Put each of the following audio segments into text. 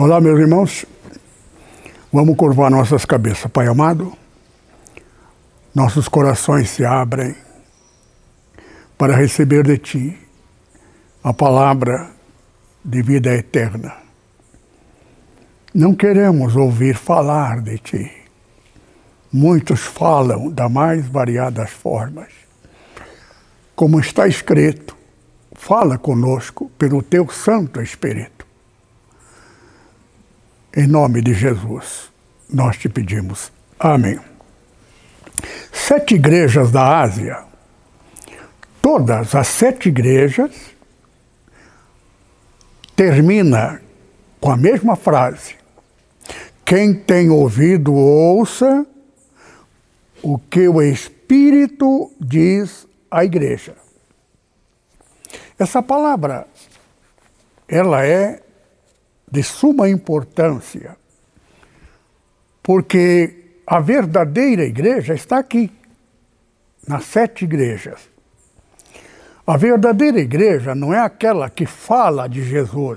Olá, meus irmãos. Vamos curvar nossas cabeças. Pai amado, nossos corações se abrem para receber de Ti a palavra de vida eterna. Não queremos ouvir falar de Ti. Muitos falam das mais variadas formas. Como está escrito, fala conosco pelo Teu Santo Espírito. Em nome de Jesus, nós te pedimos. Amém. 7 igrejas da Ásia, todas as 7 igrejas, termina com a mesma frase. Quem tem ouvido, ouça o que o Espírito diz à igreja. Essa palavra, ela é de suma importância, porque a verdadeira igreja está aqui, nas 7 igrejas. A verdadeira igreja não é aquela que fala de Jesus.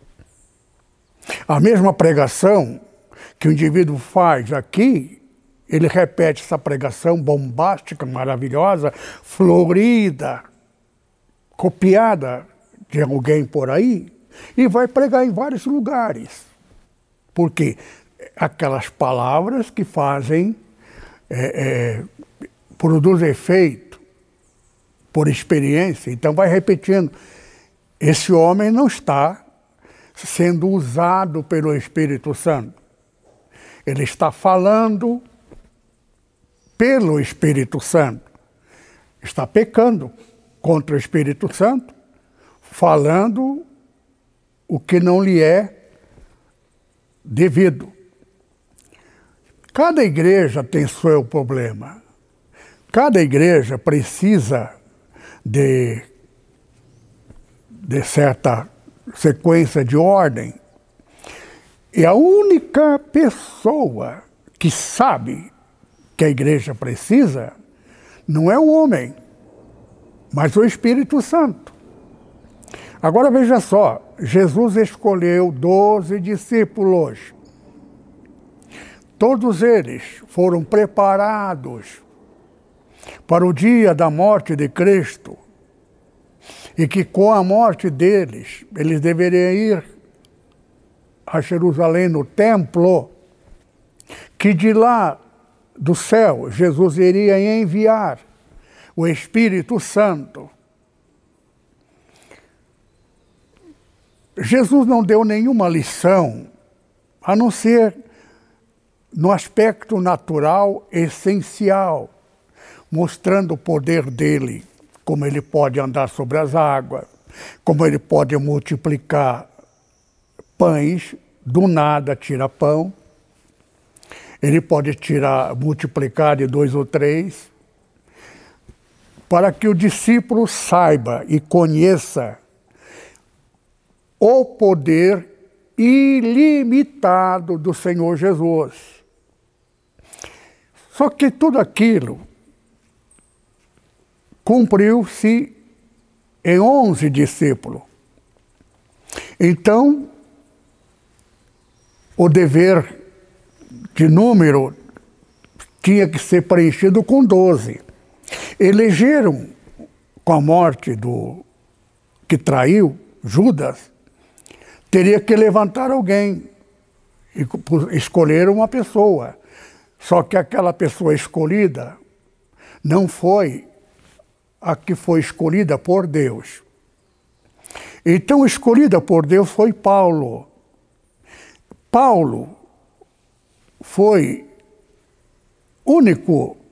A mesma pregação que o indivíduo faz aqui, ele repete essa pregação bombástica, maravilhosa, florida, copiada de alguém por aí, e vai pregar em vários lugares. Porque aquelas palavras que fazem, produzem efeito por experiência, então vai repetindo. Esse homem não está sendo usado pelo Espírito Santo. Ele está falando pelo Espírito Santo. Está pecando contra o Espírito Santo, falando o que não lhe é devido. Cada igreja tem seu problema. Cada igreja precisa de certa sequência de ordem. E a única pessoa que sabe que a igreja precisa não é o homem, mas o Espírito Santo. Agora veja só, Jesus escolheu 12 discípulos. Todos eles foram preparados para o dia da morte de Cristo e que com a morte deles, eles deveriam ir a Jerusalém, no templo, que de lá do céu Jesus iria enviar o Espírito Santo. Jesus não deu nenhuma lição, a não ser no aspecto natural essencial, mostrando o poder dele, como ele pode andar sobre as águas, como ele pode multiplicar pães, do nada tira pão, ele pode multiplicar de 2 ou 3, para que o discípulo saiba e conheça o poder ilimitado do Senhor Jesus. Só que tudo aquilo cumpriu-se em 11 discípulos. Então, o dever de número tinha que ser preenchido com 12. Elegeram, com a morte do que traiu, Judas, teria que levantar alguém e escolheram uma pessoa. Só que aquela pessoa escolhida não foi a que foi escolhida por Deus. Então, escolhida por Deus foi Paulo. Paulo foi único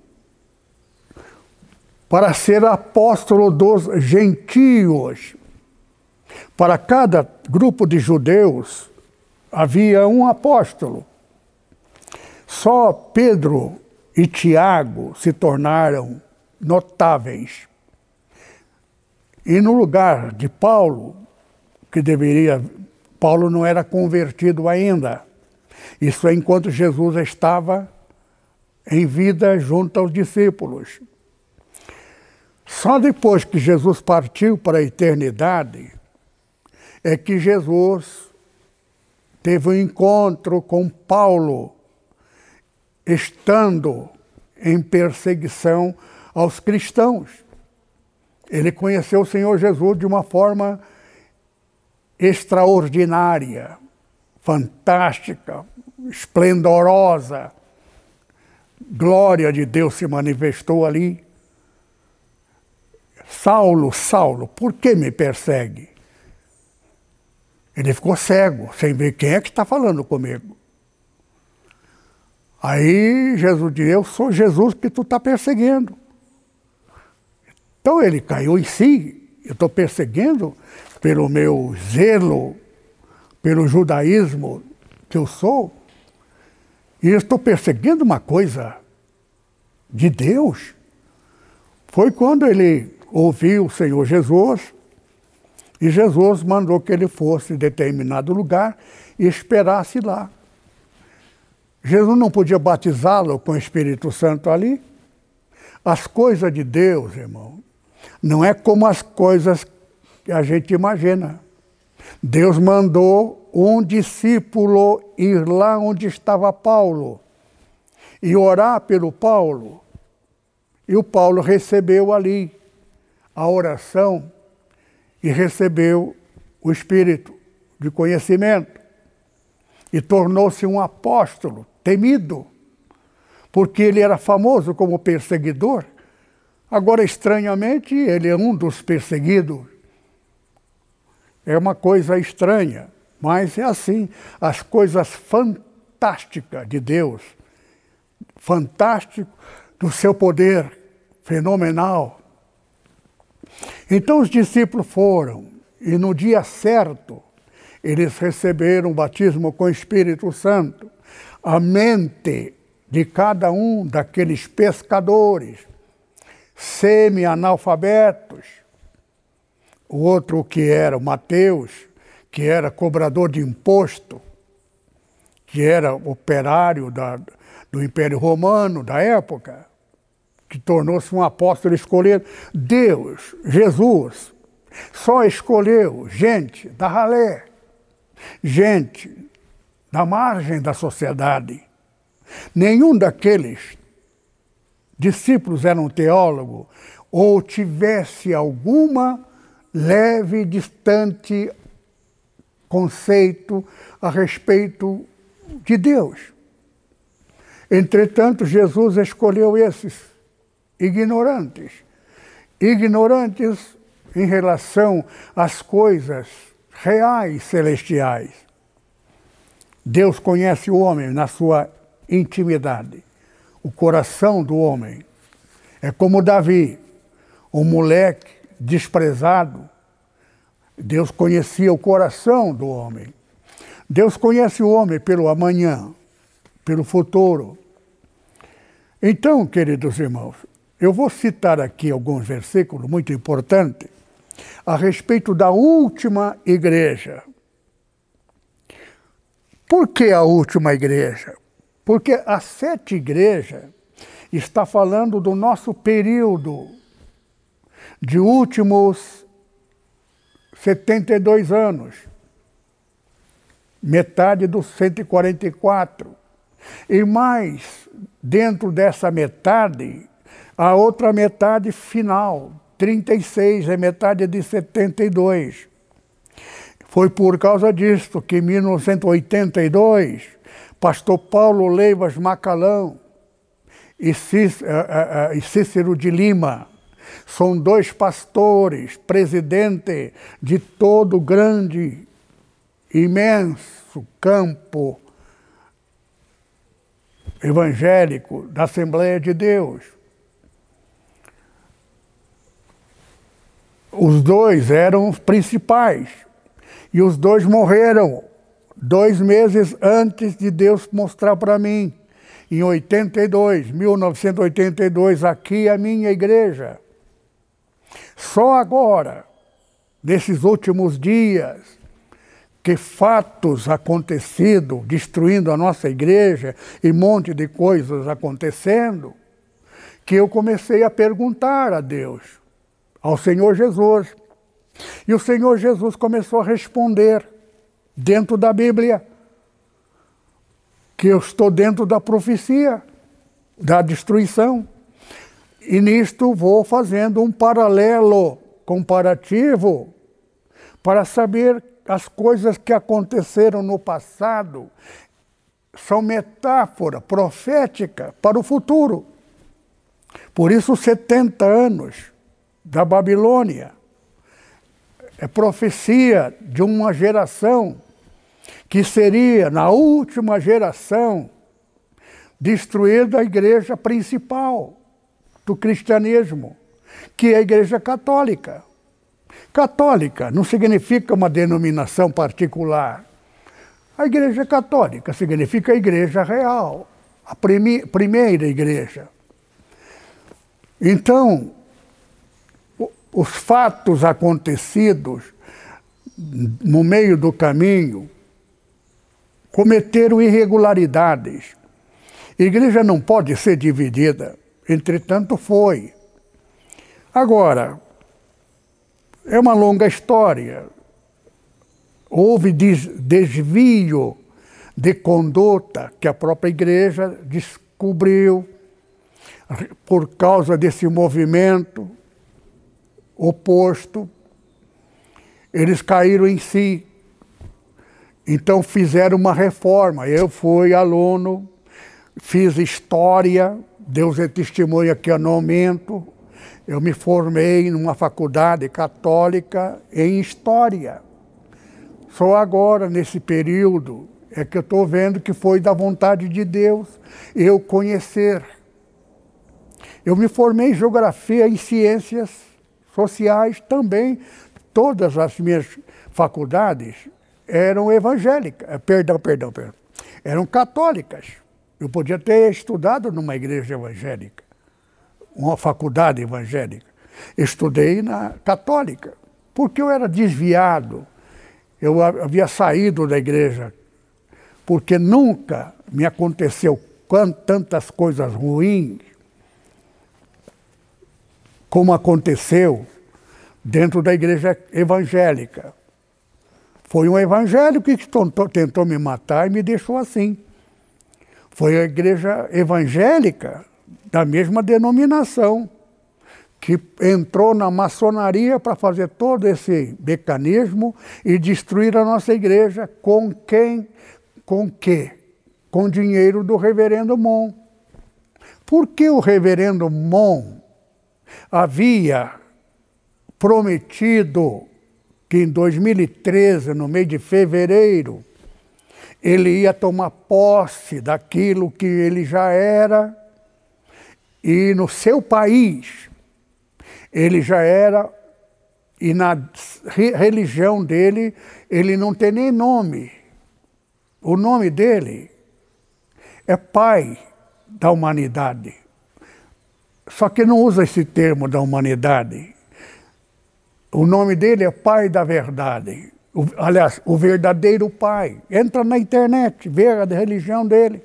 para ser apóstolo dos gentios. Para cada grupo de judeus havia um apóstolo. Só Pedro e Tiago se tornaram notáveis. E no lugar de Paulo, Paulo não era convertido ainda. Isso é enquanto Jesus estava em vida junto aos discípulos. Só depois que Jesus partiu para a eternidade, é que Jesus teve um encontro com Paulo, estando em perseguição aos cristãos. Ele conheceu o Senhor Jesus de uma forma extraordinária, fantástica, esplendorosa. Glória de Deus se manifestou ali. Saulo, Saulo, por que me persegue? Ele ficou cego, sem ver quem é que está falando comigo. Aí Jesus disse, eu sou Jesus que tu está perseguindo. Então ele caiu em si, eu estou perseguindo pelo meu zelo, pelo judaísmo que eu sou, e eu estou perseguindo uma coisa de Deus. Foi quando ele ouviu o Senhor Jesus, e Jesus mandou que ele fosse em determinado lugar e esperasse lá. Jesus não podia batizá-lo com o Espírito Santo ali. As coisas de Deus, irmão, não é como as coisas que a gente imagina. Deus mandou um discípulo ir lá onde estava Paulo e orar pelo Paulo. E o Paulo recebeu ali a oração e recebeu o Espírito de conhecimento. E tornou-se um apóstolo temido, porque ele era famoso como perseguidor. Agora, estranhamente, ele é um dos perseguidos. É uma coisa estranha, mas é assim. As coisas fantásticas de Deus, fantástico do seu poder, fenomenal. Então os discípulos foram, e no dia certo, eles receberam o batismo com o Espírito Santo. A mente de cada um daqueles pescadores, semi-analfabetos, o outro que era o Mateus, que era cobrador de imposto, que era operário do Império Romano da época, que tornou-se um apóstolo escolhido. Deus, Jesus, só escolheu gente da ralé, gente da margem da sociedade. Nenhum daqueles discípulos era um teólogo ou tivesse alguma leve, distante conceito a respeito de Deus. Entretanto, Jesus escolheu esses ignorantes em relação às coisas reais celestiais. Deus conhece o homem na sua intimidade, o coração do homem. É como Davi, um moleque desprezado. Deus conhecia o coração do homem. Deus conhece o homem pelo amanhã, pelo futuro. Então, queridos irmãos, eu vou citar aqui alguns versículos muito importantes a respeito da última igreja. Por que a última igreja? Porque as 7 igrejas está falando do nosso período de últimos 72 anos, metade dos 144. E mais, dentro dessa metade, a outra metade final, 36, é metade de 72. Foi por causa disso que em 1982, pastor Paulo Leivas Macalão e Cícero de Lima são 2 pastores, presidente de todo o grande, imenso campo evangélico da Assembleia de Deus. Os 2 eram os principais. E os 2 morreram 2 meses antes de Deus mostrar para mim. Em 1982, aqui a minha igreja. Só agora, nesses últimos dias, que fatos acontecidos, destruindo a nossa igreja e um monte de coisas acontecendo, que eu comecei a perguntar a Deus, ao Senhor Jesus. E o Senhor Jesus começou a responder dentro da Bíblia. que eu estou dentro da profecia, da destruição. E nisto vou fazendo um paralelo comparativo para saber as coisas que aconteceram no passado são metáfora profética para o futuro. Por isso, 70 anos da Babilônia é profecia de uma geração que seria, na última geração, destruída a igreja principal do cristianismo, que é a Igreja Católica. Católica não significa uma denominação particular. A Igreja Católica significa a Igreja Real, a primeira igreja. Então, os fatos acontecidos no meio do caminho cometeram irregularidades. A igreja não pode ser dividida, entretanto foi. Agora, é uma longa história. Houve desvio de conduta que a própria igreja descobriu por causa desse movimento oposto. Eles caíram em si. Então fizeram uma reforma. Eu fui aluno, fiz história, Deus é testemunha que eu não aumento. Eu me formei numa faculdade católica em história. Só agora, nesse período, é que eu estou vendo que foi da vontade de Deus eu conhecer. Eu me formei em geografia e ciências sociais também. Todas as minhas faculdades eram evangélicas, eram católicas. Eu podia ter estudado numa igreja evangélica, uma faculdade evangélica. Estudei na católica, porque eu era desviado. Eu havia saído da igreja, porque nunca me aconteceu tantas coisas ruins como aconteceu dentro da igreja evangélica. Foi um evangélico que tentou me matar e me deixou assim. Foi a igreja evangélica da mesma denominação que entrou na maçonaria para fazer todo esse mecanismo e destruir a nossa igreja com quem? Com quê? Com dinheiro do reverendo Mon. Por que o reverendo Mon havia prometido que em 2013, no mês de fevereiro, ele ia tomar posse daquilo que ele já era, e no seu país ele já era, e na religião dele ele não tem nem nome. O nome dele é Pai da Humanidade. Só que não usa esse termo da humanidade. O nome dele é Pai da Verdade. Aliás, o verdadeiro Pai. Entra na internet, vê a religião dele.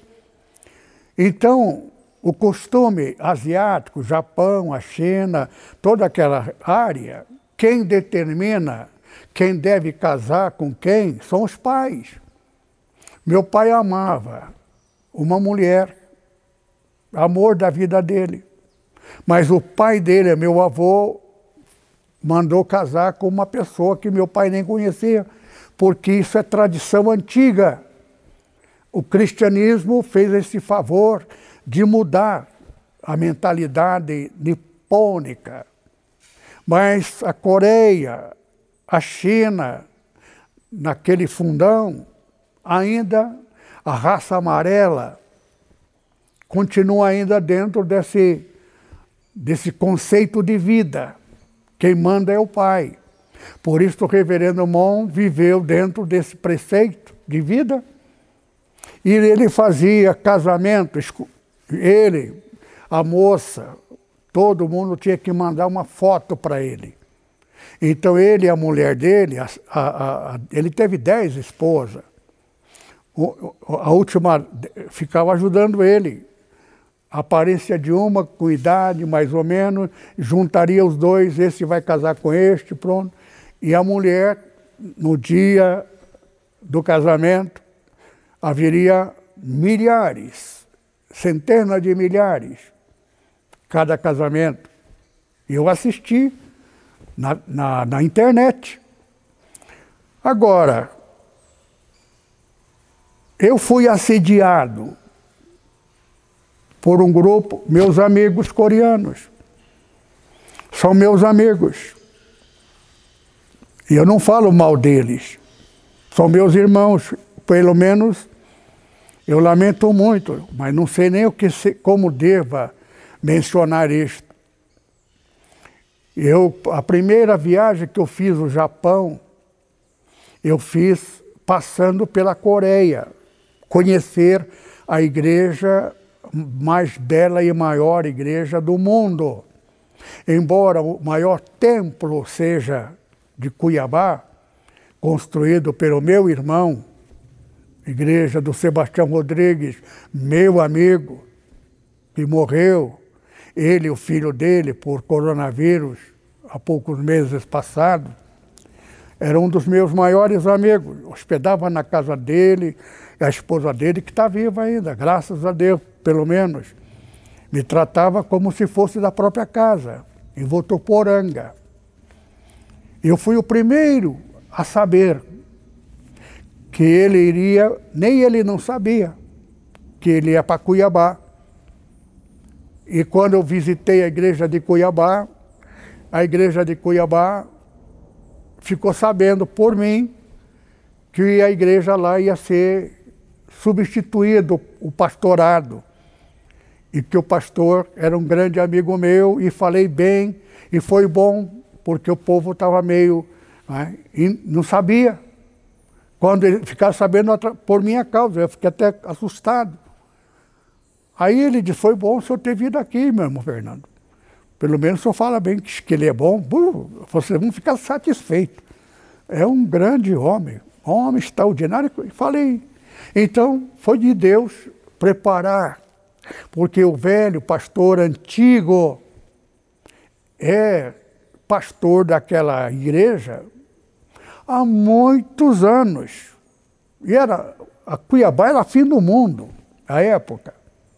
Então, o costume asiático, Japão, a China, toda aquela área, quem determina quem deve casar com quem são os pais. Meu pai amava uma mulher, amor da vida dele. Mas o pai dele, meu avô, mandou casar com uma pessoa que meu pai nem conhecia, porque isso é tradição antiga. O cristianismo fez esse favor de mudar a mentalidade nipônica. Mas a Coreia, a China, naquele fundão, ainda a raça amarela continua ainda dentro desse conceito de vida. Quem manda é o Pai. Por isso o reverendo Mon viveu dentro desse preceito de vida. E ele fazia casamento, ele, a moça, todo mundo tinha que mandar uma foto para ele. Então ele e a mulher dele, ele teve 10 esposas. A última ficava ajudando ele. A aparência de uma, com idade mais ou menos, juntaria os dois, esse vai casar com este, pronto. E a mulher, no dia do casamento, haveria milhares, centenas de milhares, cada casamento. Eu assisti na internet. Agora, eu fui assediado por um grupo, meus amigos coreanos. São meus amigos. E eu não falo mal deles. São meus irmãos. Pelo menos, eu lamento muito, mas não sei nem como deva mencionar isto. A primeira viagem que eu fiz ao Japão, eu fiz passando pela Coreia, conhecer a igreja mais bela e maior igreja do mundo. Embora o maior templo seja de Cuiabá, construído pelo meu irmão, igreja do Sebastião Rodrigues, meu amigo, que morreu, ele e o filho dele, por coronavírus, há poucos meses passados, era um dos meus maiores amigos. Hospedava na casa dele, a esposa dele, que está viva ainda, graças a Deus, pelo menos. Me tratava como se fosse da própria casa, em Votuporanga. Eu fui o primeiro a saber que ele iria, nem ele não sabia, que ele ia para Cuiabá. E quando eu visitei a igreja de Cuiabá ficou sabendo por mim que a igreja lá ia ser substituído, o pastorado. E que o pastor era um grande amigo meu, e falei bem, e foi bom, porque o povo estava meio... Né, e não sabia. Quando ele ficava sabendo por minha causa, eu fiquei até assustado. Aí ele disse, foi bom o senhor ter vindo aqui, meu irmão Fernando. Pelo menos o senhor fala bem que ele é bom, vocês vão ficar satisfeitos. É um grande homem extraordinário. Falei, então foi de Deus preparar, porque o velho pastor antigo é pastor daquela igreja há muitos anos. E a Cuiabá era fim do mundo, à época.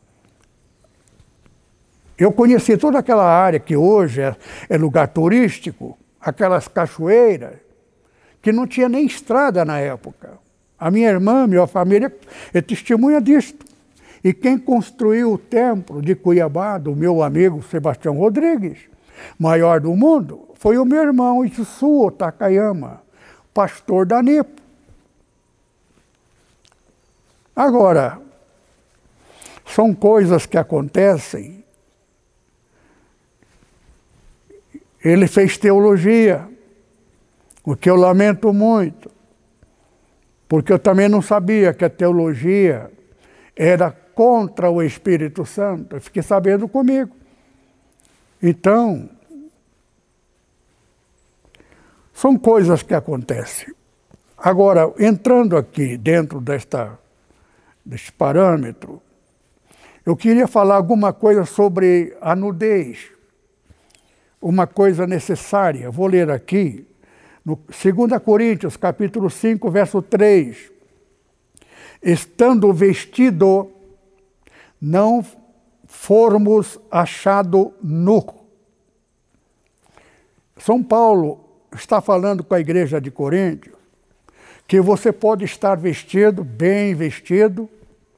Eu conheci toda aquela área que hoje é lugar turístico, aquelas cachoeiras, que não tinha nem estrada na época. A minha irmã, minha família, é testemunha disto. E quem construiu o templo de Cuiabá, do meu amigo Sebastião Rodrigues, maior do mundo, foi o meu irmão Itsuo Takayama, pastor da Nipo. Agora, são coisas que acontecem. Ele fez teologia, o que eu lamento muito, porque eu também não sabia que a teologia era contra o Espírito Santo. Eu fiquei sabendo comigo. Então, são coisas que acontecem. Agora, entrando aqui dentro deste parâmetro, eu queria falar alguma coisa sobre a nudez. Uma coisa necessária. Vou ler aqui, no 2 Coríntios, capítulo 5, verso 3. Estando vestido, não formos achado nu. São Paulo está falando com a igreja de Coríntios que você pode estar vestido, bem vestido,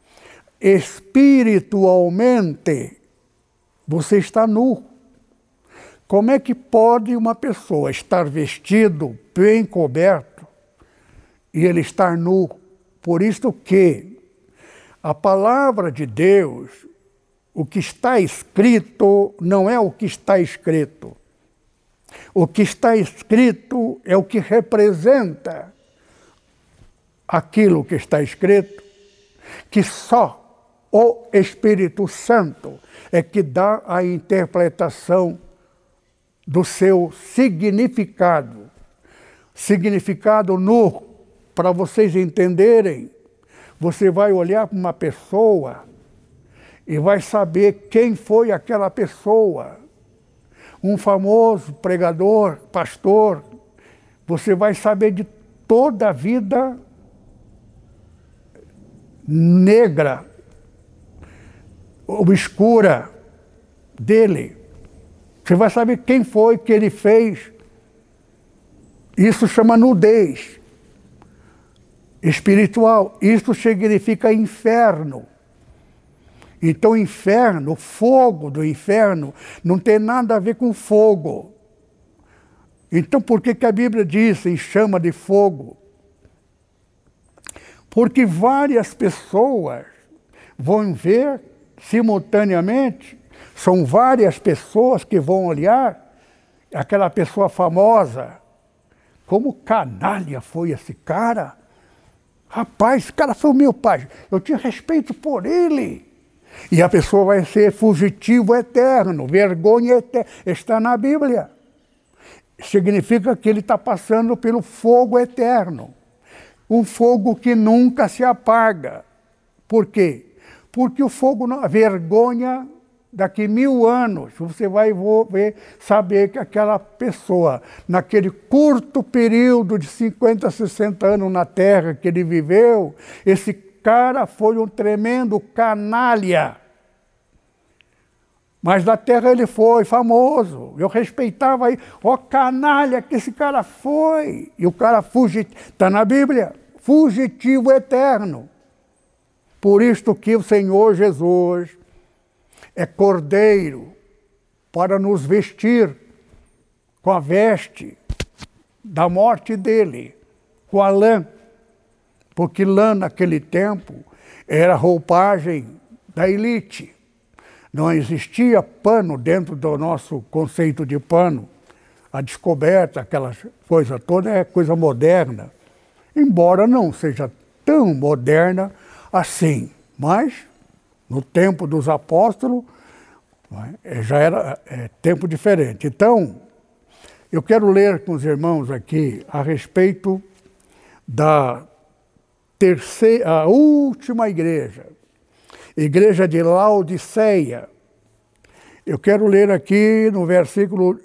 espiritualmente você está nu. Como é que pode uma pessoa estar vestido, bem coberto, e ele estar nu? Por isso que a palavra de Deus, o que está escrito, não é o que está escrito. O que está escrito é o que representa aquilo que está escrito, que só o Espírito Santo é que dá a interpretação do seu significado. Significado nu, para vocês entenderem, você vai olhar para uma pessoa e vai saber quem foi aquela pessoa. Um famoso pregador, pastor, você vai saber de toda a vida negra, obscura dele. Você vai saber quem foi que ele fez. Isso chama nudez espiritual. Isso significa inferno. Então, inferno, o fogo do inferno, não tem nada a ver com fogo. Então, por que a Bíblia diz em chama de fogo? Porque várias pessoas vão ver simultaneamente, são várias pessoas que vão olhar aquela pessoa famosa. Como canalha foi esse cara? Rapaz, esse cara foi o meu pai. Eu tinha respeito por ele. E a pessoa vai ser fugitivo eterno, vergonha eterna. Está na Bíblia. Significa que ele está passando pelo fogo eterno. Um fogo que nunca se apaga. Por quê? Porque o fogo, a vergonha, daqui 1000 anos, você vai saber que aquela pessoa, naquele curto período de 50, 60 anos na Terra que ele viveu, esse cara foi um tremendo canalha. Mas na Terra ele foi famoso. Eu respeitava aí. Ó, canalha que esse cara foi. E o cara fugitivo. Está na Bíblia. Fugitivo eterno. Por isto que o Senhor Jesus é cordeiro para nos vestir com a veste da morte dele, com a lã. Porque lã naquele tempo era roupagem da elite. Não existia pano dentro do nosso conceito de pano. A descoberta, aquela coisa toda é coisa moderna. Embora não seja tão moderna assim. Mas, no tempo dos apóstolos, já era tempo diferente. Então, eu quero ler com os irmãos aqui a respeito da a última igreja. Igreja de Laodiceia. Eu quero ler aqui no versículo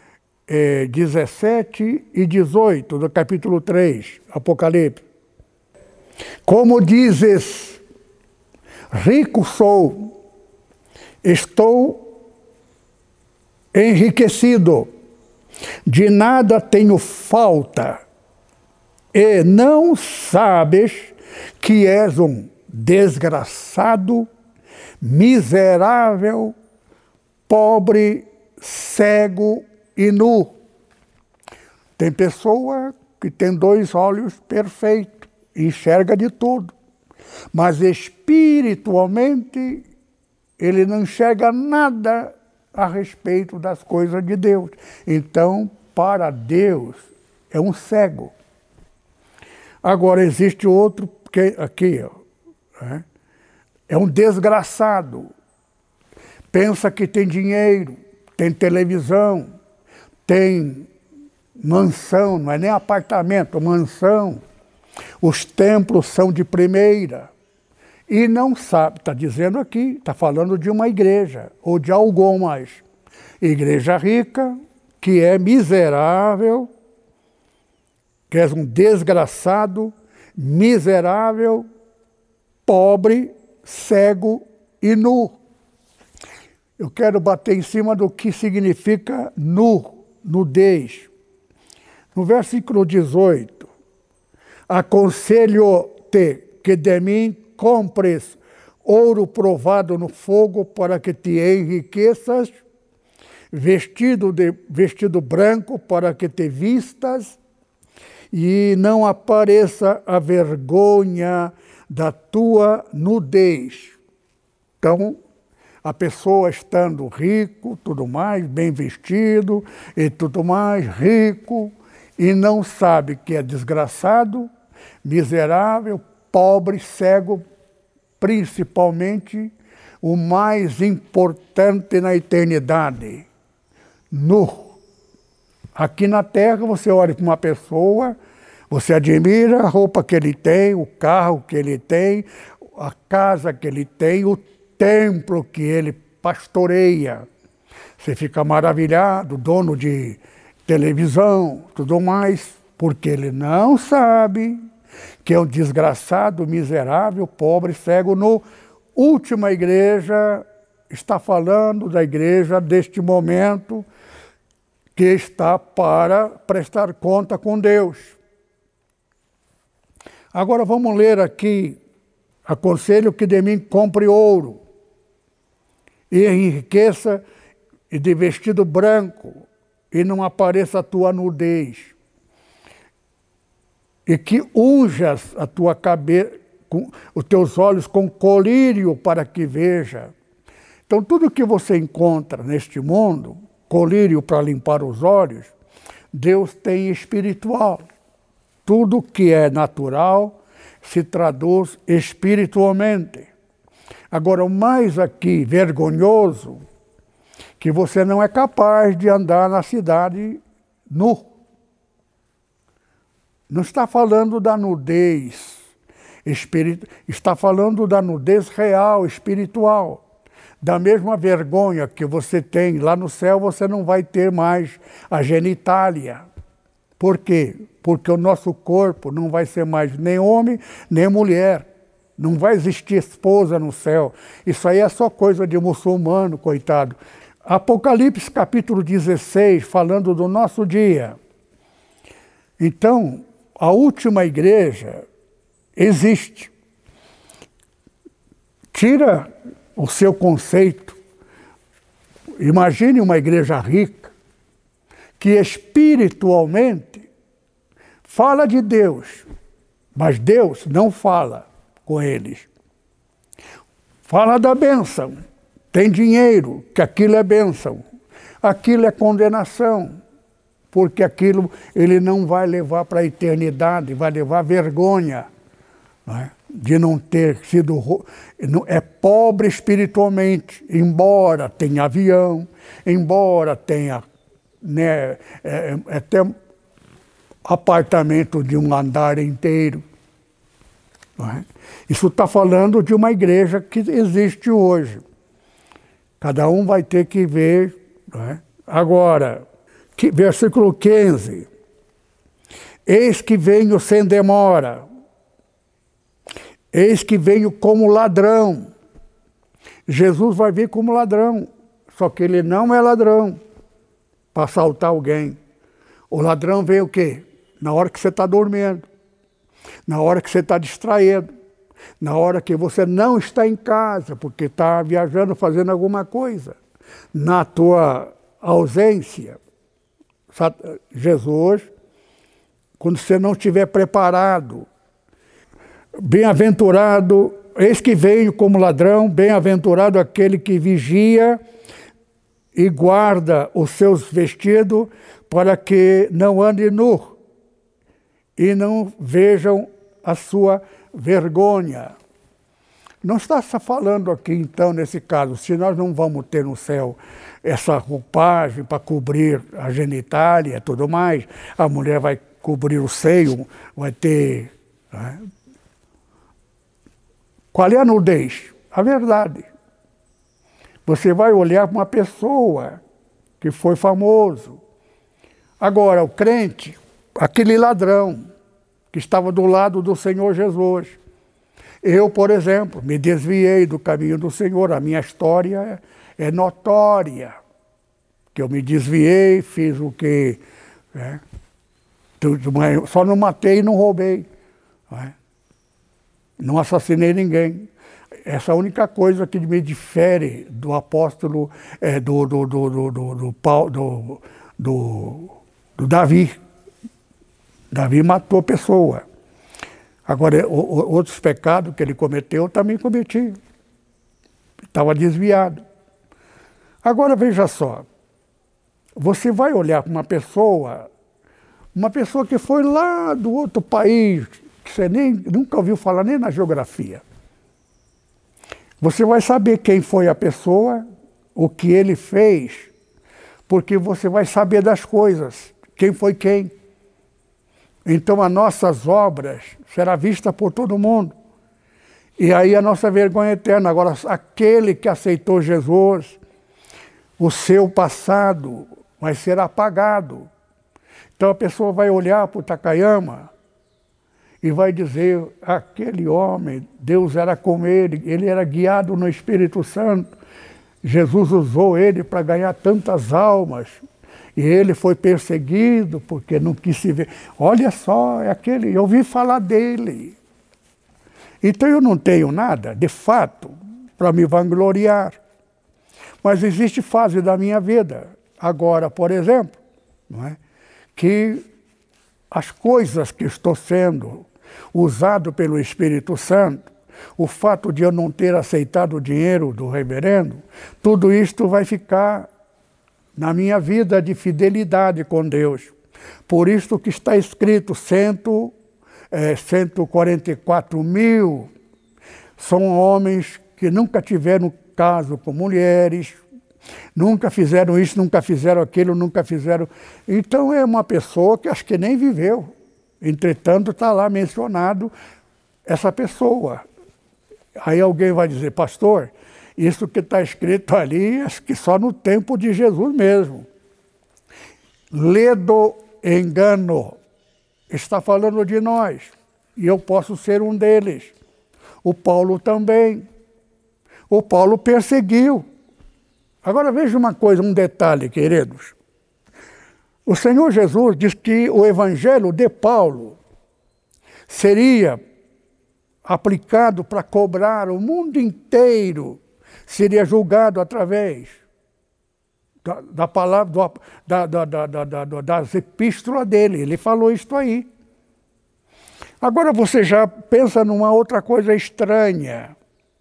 17 e 18 do capítulo 3, Apocalipse. Como dizes, rico sou, estou enriquecido, de nada tenho falta, e não sabes que és um desgraçado, miserável, pobre, cego e nu. Tem pessoa que tem 2 olhos perfeitos, enxerga de tudo, mas espiritualmente ele não enxerga nada a respeito das coisas de Deus. Então, para Deus, é um cego. Agora, existe outro que aqui, ó. É um desgraçado. Pensa que tem dinheiro, tem televisão, tem mansão, não é nem apartamento, mansão. Os templos são de primeira. E não sabe, está dizendo aqui, está falando de uma igreja, ou de algumas. Igreja rica, que é miserável, que é um desgraçado, miserável, pobre, cego e nu. Eu quero bater em cima do que significa nu, nudez. No versículo 18, aconselho-te que de mim compres ouro provado no fogo para que te enriqueças, vestido branco para que te vistas, e não apareça a vergonha da tua nudez. Então, a pessoa estando rico, tudo mais, bem vestido e tudo mais, rico, e não sabe que é desgraçado, miserável, pobre, cego, principalmente o mais importante na eternidade, nu. Aqui na Terra você olha para uma pessoa, você admira a roupa que ele tem, o carro que ele tem, a casa que ele tem, o templo que ele pastoreia. Você fica maravilhado, dono de televisão, tudo mais, porque ele não sabe que é um desgraçado, miserável, pobre, cego. No Última Igreja, está falando da igreja deste momento que está para prestar conta com Deus. Agora vamos ler aqui: aconselho que de mim compre ouro, e enriqueça e de vestido branco, e não apareça a tua nudez, e que unjas a tua cabeça, os teus olhos com colírio para que veja. Então tudo que você encontra neste mundo, colírio para limpar os olhos, Deus tem espiritual. Tudo que é natural se traduz espiritualmente. Agora, o mais aqui vergonhoso, que você não é capaz de andar na cidade nu. Não está falando da nudez está falando da nudez real, espiritual. Da mesma vergonha que você tem lá no céu, você não vai ter mais a genitália. Por quê? Porque o nosso corpo não vai ser mais nem homem, nem mulher. Não vai existir esposa no céu. Isso aí é só coisa de muçulmano, coitado. Apocalipse capítulo 16, falando do nosso dia. Então, a última igreja existe. Tira o seu conceito. Imagine uma igreja rica, que espiritualmente fala de Deus, mas Deus não fala com eles. Fala da bênção, tem dinheiro, que aquilo é bênção, aquilo é condenação, porque aquilo ele não vai levar para a eternidade, vai levar vergonha, não é? De não ter sido... É pobre espiritualmente, embora tenha avião, embora tenha, né, até apartamento de um andar inteiro. Não é? Isso está falando de uma igreja que existe hoje. Cada um vai ter que ver. Não é? Agora, versículo 15. Eis que venho sem demora. Eis que venho como ladrão. Jesus vai vir como ladrão, só que ele não é ladrão para assaltar alguém. O ladrão vem o quê? Na hora que você está dormindo, na hora que você está distraído, na hora que você não está em casa, porque está viajando, fazendo alguma coisa. Na tua ausência, Jesus, quando você não estiver preparado, bem-aventurado, eis que venho como ladrão, bem-aventurado aquele que vigia e guarda os seus vestidos para que não ande nu e não vejam a sua vergonha. Não está só falando aqui, então, nesse caso, se nós não vamos ter no céu essa roupagem para cobrir a genitália e tudo mais, a mulher vai cobrir o seio, vai ter... Né? Qual é a nudez? A verdade. Você vai olhar para uma pessoa que foi famoso. Agora, o crente, aquele ladrão que estava do lado do Senhor Jesus. Eu, por exemplo, me desviei do caminho do Senhor. A minha história é notória. Que eu me desviei, fiz o que... Né? Só não matei e não roubei. Né? Não assassinei ninguém. Essa é a única coisa que me difere do apóstolo, do Davi. Davi matou pessoa. Agora, outros pecados que ele cometeu, eu também cometi. Estava desviado. Agora, veja só. Você vai olhar para uma pessoa que foi lá do outro país, que você nunca ouviu falar nem na geografia. Você vai saber quem foi a pessoa, o que ele fez, porque você vai saber das coisas, quem foi quem. Então as nossas obras serão vistas por todo mundo. E aí a nossa vergonha eterna. Agora, aquele que aceitou Jesus, o seu passado vai ser apagado. Então a pessoa vai olhar para o Takayama e vai dizer, aquele homem, Deus era com ele era guiado no Espírito Santo, Jesus usou ele para ganhar tantas almas, e ele foi perseguido porque não quis se ver. Olha só, é aquele, eu ouvi falar dele. Então eu não tenho nada, de fato, para me vangloriar. Mas existe fase da minha vida, agora, por exemplo, não é? Que as coisas que estou sendo usado pelo Espírito Santo, o fato de eu não ter aceitado o dinheiro do reverendo, tudo isto vai ficar na minha vida de fidelidade com Deus. Por isso que está escrito 144 mil são homens que nunca tiveram caso com mulheres, nunca fizeram isso, nunca fizeram aquilo, nunca fizeram... Então é uma pessoa que acho que nem viveu. Entretanto, está lá mencionado essa pessoa. Aí alguém vai dizer, pastor, isso que está escrito ali, acho que só no tempo de Jesus mesmo. Ledo engano. Está falando de nós. E eu posso ser um deles. O Paulo também. O Paulo perseguiu. Agora veja uma coisa, um detalhe, queridos. O Senhor Jesus diz que o evangelho de Paulo seria aplicado para cobrar o mundo inteiro, seria julgado através da palavra, das epístolas dele. Ele falou isso aí. Agora você já pensa numa outra coisa estranha.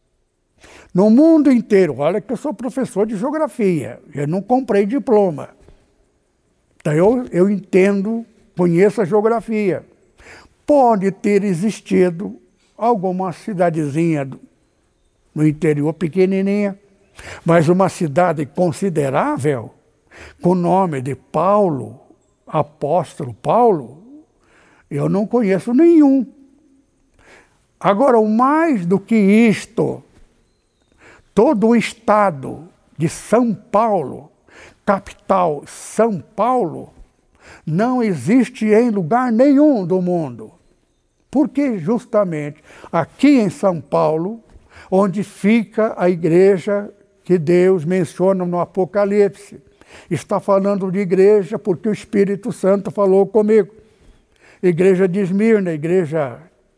No mundo inteiro, olha que eu sou professor de geografia, eu não comprei diploma. Então eu entendo, conheço a geografia. Pode ter existido alguma cidadezinha no interior, pequenininha, mas uma cidade considerável, com o nome de Paulo, apóstolo Paulo, eu não conheço nenhum. Agora, o mais do que isto, todo o estado de São Paulo, capital São Paulo, não existe em lugar nenhum do mundo. Porque justamente aqui em São Paulo, onde fica a igreja que Deus menciona no Apocalipse. Está falando de igreja porque o Espírito Santo falou comigo. Igreja de Esmirna, igreja...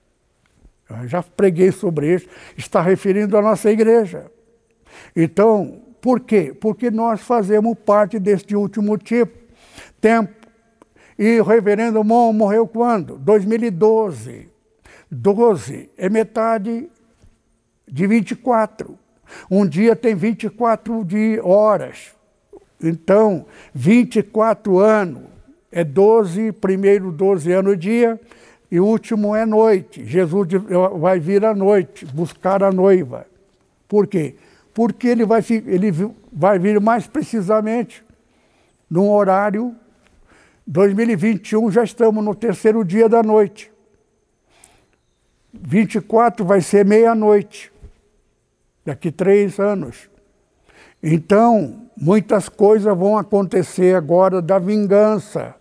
Eu já preguei sobre isso, está referindo à nossa igreja. Então, por quê? Porque nós fazemos parte deste último tempo. E o reverendo Mon morreu quando? 2012. 12 é metade de 24. Um dia tem 24 horas. Então, 24 anos é 12, primeiro 12 anos dia, e o último é noite. Jesus vai vir à noite, buscar a noiva. Por quê? Porque ele vai vir mais precisamente num horário 2021, já estamos no terceiro dia da noite. 24 vai ser meia-noite, daqui 3 anos. Então, muitas coisas vão acontecer agora da vingança.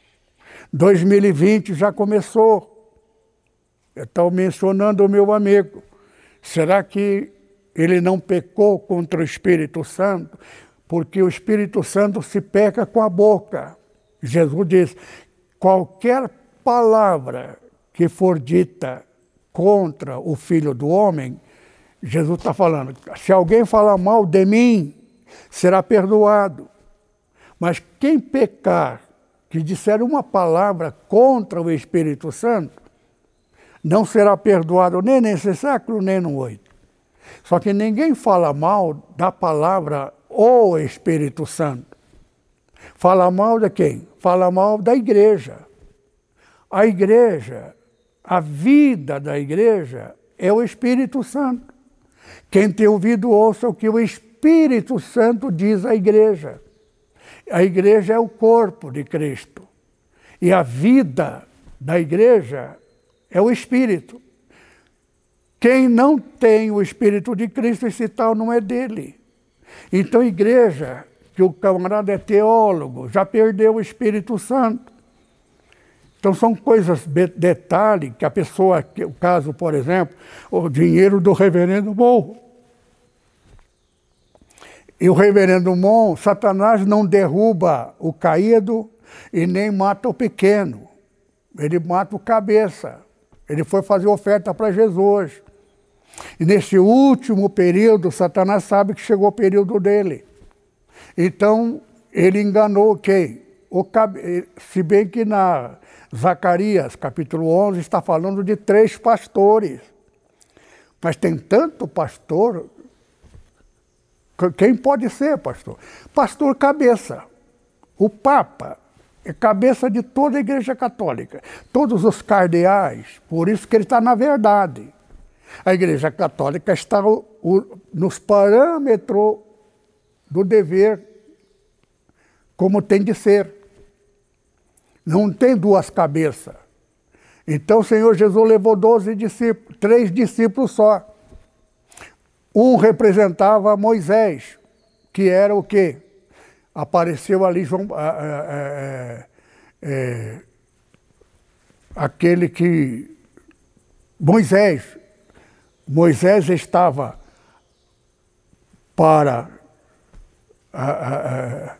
2020 já começou. Eu estou mencionando o meu amigo. Será que ele não pecou contra o Espírito Santo? Porque o Espírito Santo se peca com a boca. Jesus diz, qualquer palavra que for dita contra o Filho do Homem, Jesus está falando, se alguém falar mal de mim, será perdoado. Mas quem pecar, que disser uma palavra contra o Espírito Santo, não será perdoado nem nesse século, nem no 8. Só que ninguém fala mal da palavra o Espírito Santo. Fala mal de quem? Fala mal da igreja. A igreja, a vida da igreja é o Espírito Santo. Quem tem ouvido, ouça o que o Espírito Santo diz à igreja. A igreja é o corpo de Cristo. E a vida da igreja é o Espírito. Quem não tem o Espírito de Cristo, esse tal não é dele. Então, a igreja, que o camarada é teólogo, já perdeu o Espírito Santo. Então são coisas, detalhe, que a pessoa, o caso, por exemplo, o dinheiro do reverendo Mon. E o reverendo Mon, Satanás não derruba o caído e nem mata o pequeno. Ele mata o cabeça. Ele foi fazer oferta para Jesus. E nesse último período, Satanás sabe que chegou o período dele. Então, ele enganou quem? Se bem que na Zacarias, capítulo 11, está falando de 3 pastores. Mas tem tanto pastor. Quem pode ser pastor? Pastor cabeça. O Papa é cabeça de toda a Igreja Católica. Todos os cardeais, por isso que ele está na verdade. A Igreja Católica está nos parâmetros do dever, como tem de ser. Não tem 2 cabeças. Então o Senhor Jesus levou 12 discípulos, 3 discípulos só. Um representava Moisés, que era o quê? Apareceu ali aquele que... Moisés estava para a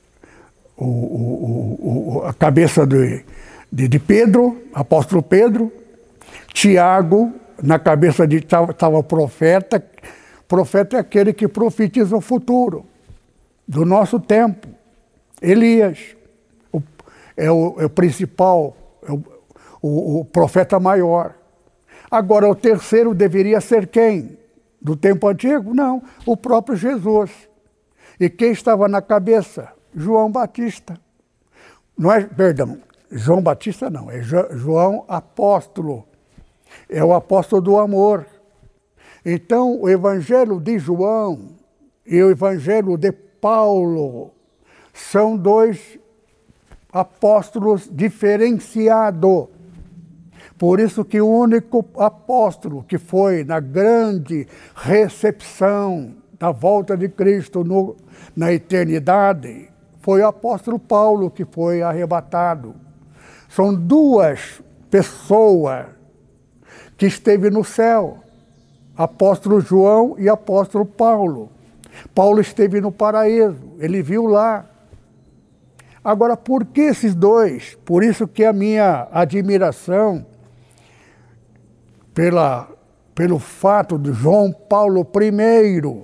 cabeça de Pedro, apóstolo Pedro. Tiago, na cabeça de estava o profeta. Profeta é aquele que profetiza o futuro do nosso tempo. Elias é o principal, o profeta maior. Agora, o terceiro deveria ser quem? Do tempo antigo? Não, o próprio Jesus. E quem estava na cabeça? João Batista. Não é, perdão, João Batista não, é João apóstolo. É o apóstolo do amor. Então, o evangelho de João e o evangelho de Paulo são 2 apóstolos diferenciados. Por isso que o único apóstolo que foi na grande recepção da volta de Cristo na eternidade foi o apóstolo Paulo, que foi arrebatado. São 2 pessoas que esteve no céu, apóstolo João e apóstolo Paulo. Paulo esteve no paraíso, ele viu lá. Agora, por que esses 2? Por isso que a minha admiração pelo fato de João Paulo I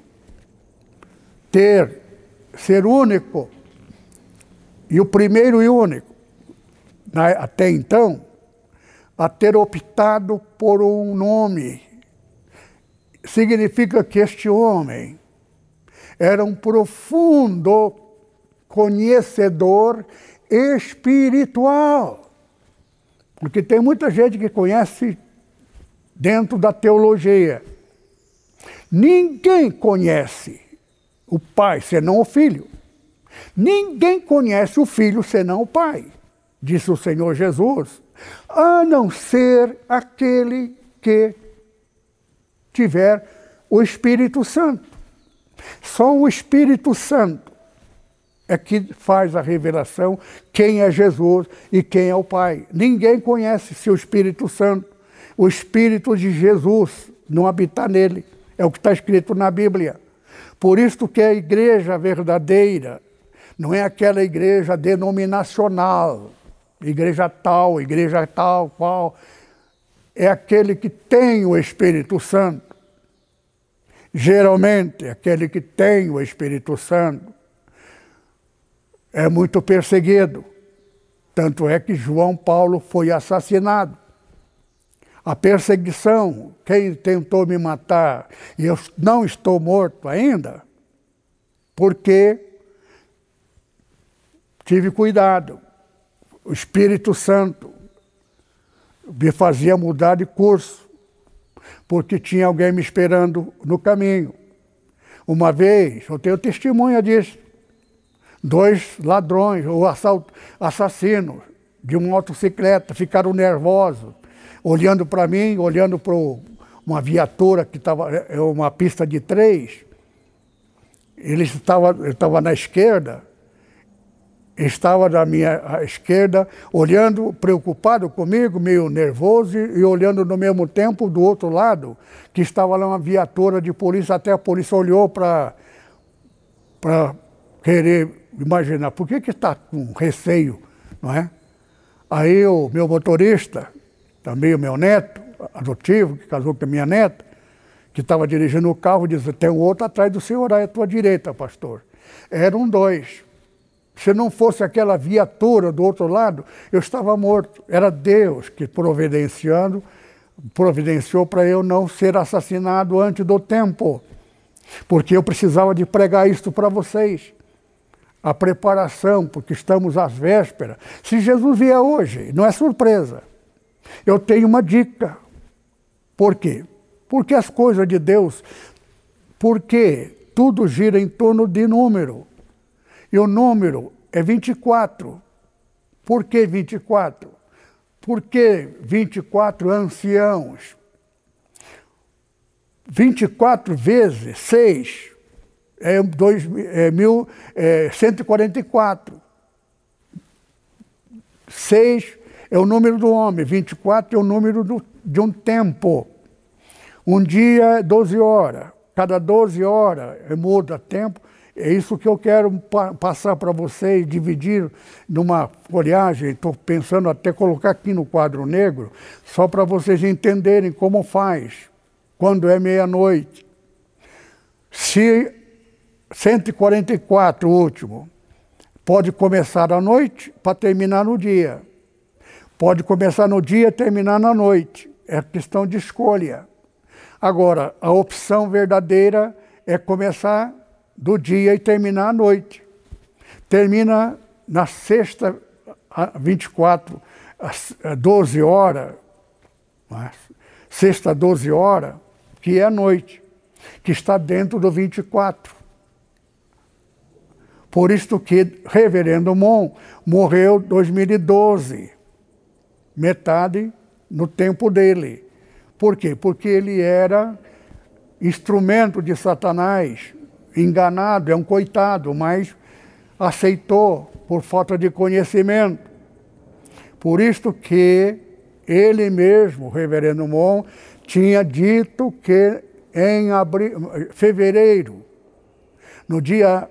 ser único, e o primeiro e único, até então, a ter optado por um nome. Significa que este homem era um profundo conhecedor espiritual. Porque tem muita gente que conhece dentro da teologia. Ninguém conhece o Pai senão o Filho. Ninguém conhece o Filho senão o Pai, disse o Senhor Jesus, a não ser aquele que tiver o Espírito Santo. Só o Espírito Santo é que faz a revelação quem é Jesus e quem é o Pai. Ninguém conhece seu Espírito Santo. O Espírito de Jesus não habita nele. É o que está escrito na Bíblia. Por isso que a igreja verdadeira não é aquela igreja denominacional, igreja tal, qual. É aquele que tem o Espírito Santo. Geralmente, aquele que tem o Espírito Santo é muito perseguido. Tanto é que João Paulo foi assassinado. A perseguição, quem tentou me matar, e eu não estou morto ainda, porque tive cuidado. O Espírito Santo me fazia mudar de curso, porque tinha alguém me esperando no caminho. Uma vez, eu tenho testemunha disso, 2 ladrões ou assassinos de uma motocicleta ficaram nervosos, olhando para mim, olhando para uma viatura que estava, uma pista de 3. Ele estava na esquerda estava da minha esquerda, olhando, preocupado comigo, meio nervoso, e olhando no mesmo tempo do outro lado, que estava lá uma viatura de polícia, até a polícia olhou para querer imaginar, por que está com receio, não é? Aí o meu motorista, também o meu neto, adotivo, que casou com a minha neta, que estava dirigindo o carro, disse, tem um outro atrás do senhor, aí à tua direita, pastor. Eram dois. Se não fosse aquela viatura do outro lado, eu estava morto. Era Deus que providenciou para eu não ser assassinado antes do tempo. Porque eu precisava de pregar isto para vocês. A preparação, porque estamos às vésperas. Se Jesus vier hoje, não é surpresa. Eu tenho uma dica. Por quê? Porque as coisas de Deus, porque tudo gira em torno de número. E o número é 24. Por que 24? Porque 24 anciãos. 24 vezes 6 é 144. 6 é o número do homem, 24 é o número de um tempo. Um dia é 12 horas. Cada 12 horas muda tempo. É isso que eu quero passar para vocês, dividir numa folhagem. Estou pensando até colocar aqui no quadro negro, só para vocês entenderem como faz, quando é meia-noite. Se 144, o último, pode começar à noite para terminar no dia. Pode começar no dia e terminar na noite. É questão de escolha. Agora, a opção verdadeira é começar do dia e terminar à noite. Termina na sexta, 24, 12 horas, sexta, 12 horas, que é a noite, que está dentro do 24. Por isso que Reverendo Mon morreu em 2012, metade no tempo dele. Por quê? Porque ele era instrumento de Satanás, enganado, é um coitado, mas aceitou por falta de conhecimento. Por isso que ele mesmo, o Reverendo Mon, tinha dito que em fevereiro, no dia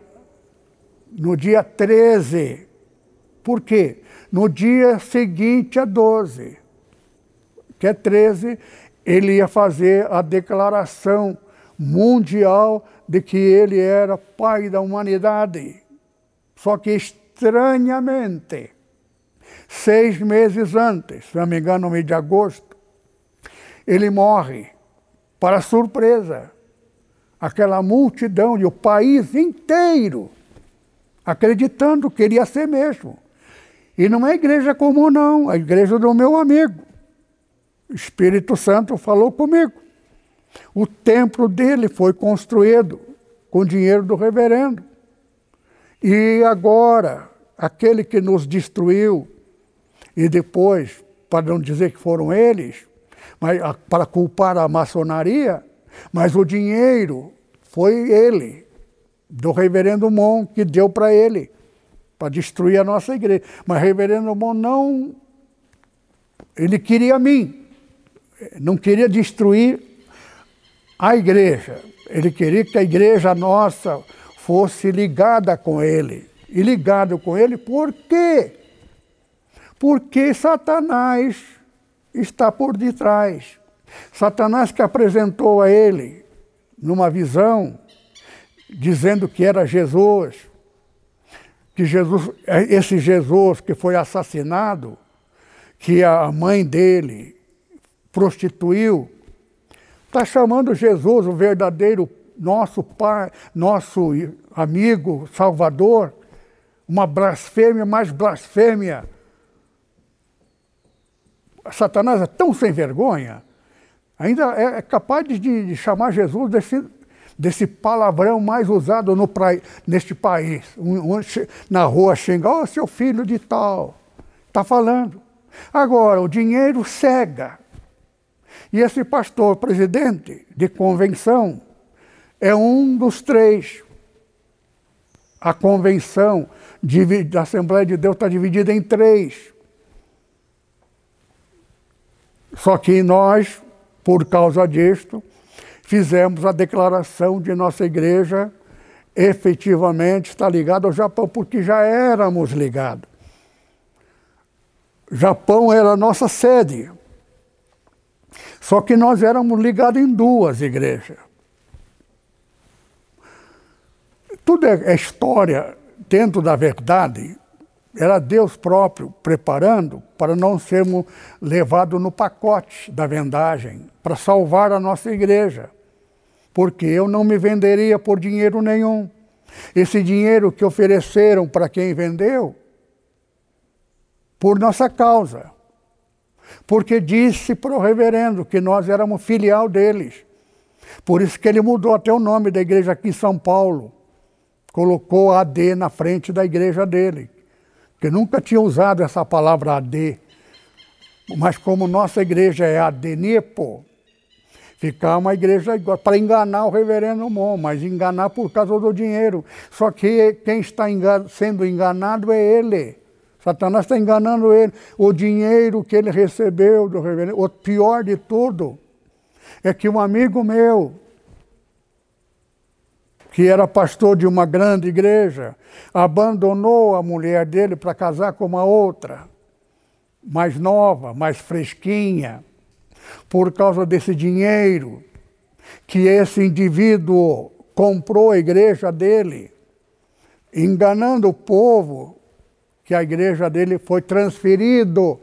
13, por quê? No dia seguinte a 12, que é 13, ele ia fazer a declaração mundial de que ele era pai da humanidade. Só que estranhamente, 6 meses antes, se não me engano, no mês de agosto, ele morre, para surpresa. Aquela multidão e o país inteiro acreditando que ele ia ser mesmo. E não é igreja comum, não, é a igreja do meu amigo. O Espírito Santo falou comigo. O templo dele foi construído com dinheiro do reverendo. E agora, aquele que nos destruiu, e depois, para não dizer que foram eles, mas para culpar a maçonaria, mas o dinheiro foi ele, do reverendo Mon, que deu para ele, para destruir a nossa igreja. Mas o reverendo Mon não, ele queria mim. Não queria destruir a igreja. Ele queria que a igreja nossa fosse ligada com ele. E ligado com ele por quê? Porque Satanás está por detrás. Satanás que apresentou a ele numa visão, dizendo que era Jesus, que Jesus, esse Jesus que foi assassinado, que a mãe dele prostituiu, está chamando Jesus, o verdadeiro nosso Pai, nosso amigo, Salvador, uma blasfêmia, mais blasfêmia. Satanás é tão sem vergonha, ainda é capaz de chamar Jesus desse palavrão mais usado neste país. Na rua xingar, ó, seu filho de tal. Está falando. Agora, o dinheiro cega. E esse pastor, presidente de convenção, é um dos 3. A convenção da Assembleia de Deus está dividida em 3. Só que nós, por causa disto, fizemos a declaração de nossa igreja efetivamente está ligada ao Japão, porque já éramos ligados. Japão era a nossa sede. Só que nós éramos ligados em 2 igrejas. Tudo é história dentro da verdade. Era Deus próprio preparando para não sermos levados no pacote da vendagem, para salvar a nossa igreja. Porque eu não me venderia por dinheiro nenhum. Esse dinheiro que ofereceram para quem vendeu, por nossa causa. Porque disse para o reverendo que nós éramos filial deles. Por isso que ele mudou até o nome da igreja aqui em São Paulo. Colocou AD na frente da igreja dele. Que nunca tinha usado essa palavra AD. Mas como nossa igreja é AD-NEPO, ficar uma igreja igual, para enganar o reverendo Mon, mas enganar por causa do dinheiro. Só que quem está sendo enganado é ele. Satanás está enganando ele. O dinheiro que ele recebeu do reverendo. O pior de tudo é que um amigo meu, que era pastor de uma grande igreja, abandonou a mulher dele para casar com uma outra, mais nova, mais fresquinha, por causa desse dinheiro que esse indivíduo comprou a igreja dele, enganando o povo, que a igreja dele foi transferido,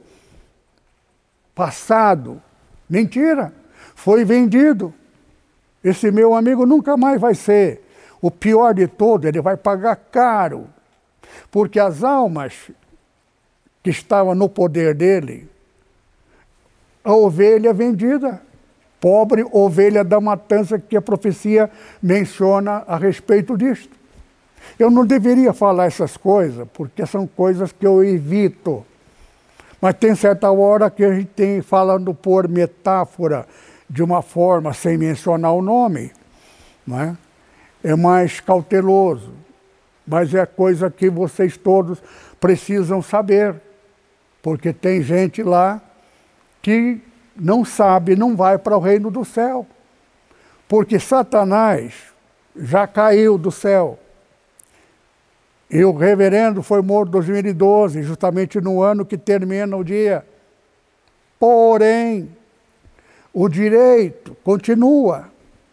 passado. Mentira, foi vendido. Esse meu amigo nunca mais vai ser. O pior de tudo, ele vai pagar caro, porque as almas que estavam no poder dele, a ovelha vendida, pobre ovelha da matança, que a profecia menciona a respeito disto. Eu não deveria falar essas coisas, porque são coisas que eu evito. Mas tem certa hora que a gente tem falando por metáfora de uma forma sem mencionar o nome, não é? É mais cauteloso, mas é coisa que vocês todos precisam saber, porque tem gente lá que não sabe, não vai para o reino do céu, porque Satanás já caiu do céu. E o reverendo foi morto em 2012, justamente no ano que termina o dia. Porém, o direito continua.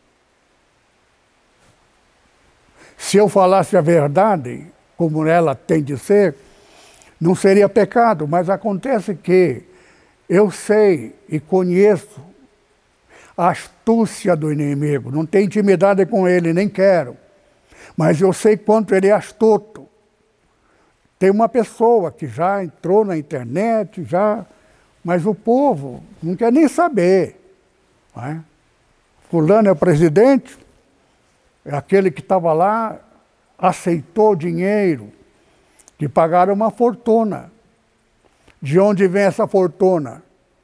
Se eu falasse a verdade, como ela tem de ser, não seria pecado, mas acontece que eu sei e conheço a astúcia do inimigo, não tenho intimidade com ele, nem quero, mas eu sei quanto ele é astuto. Tem uma pessoa que já entrou na internet, mas o povo não quer nem saber. Não é? Fulano é o presidente, é aquele que estava lá, aceitou dinheiro, que pagaram uma fortuna. De onde vem essa fortuna?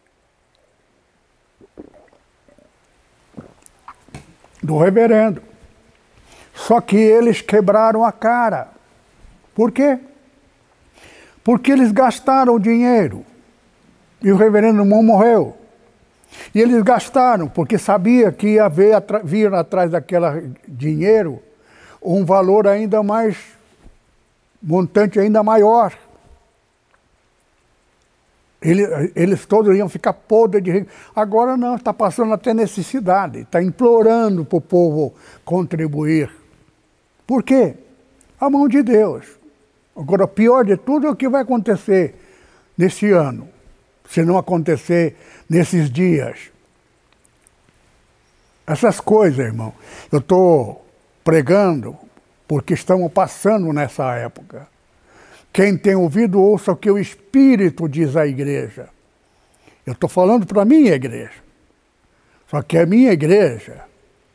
Do reverendo. Só que eles quebraram a cara. Por quê? Porque eles gastaram o dinheiro. E o reverendo Mon morreu. E eles gastaram, porque sabia que ia vir atrás daquele dinheiro um valor ainda mais, montante ainda maior. Eles todos iam ficar podres de rico. Agora não, está passando até necessidade, está implorando para o povo contribuir. Por quê? A mão de Deus. Agora, o pior de tudo é o que vai acontecer nesse ano, se não acontecer nesses dias. Essas coisas, irmão, eu estou pregando porque estamos passando nessa época. Quem tem ouvido, ouça o que o Espírito diz à igreja. Eu estou falando para a minha igreja. Só que a minha igreja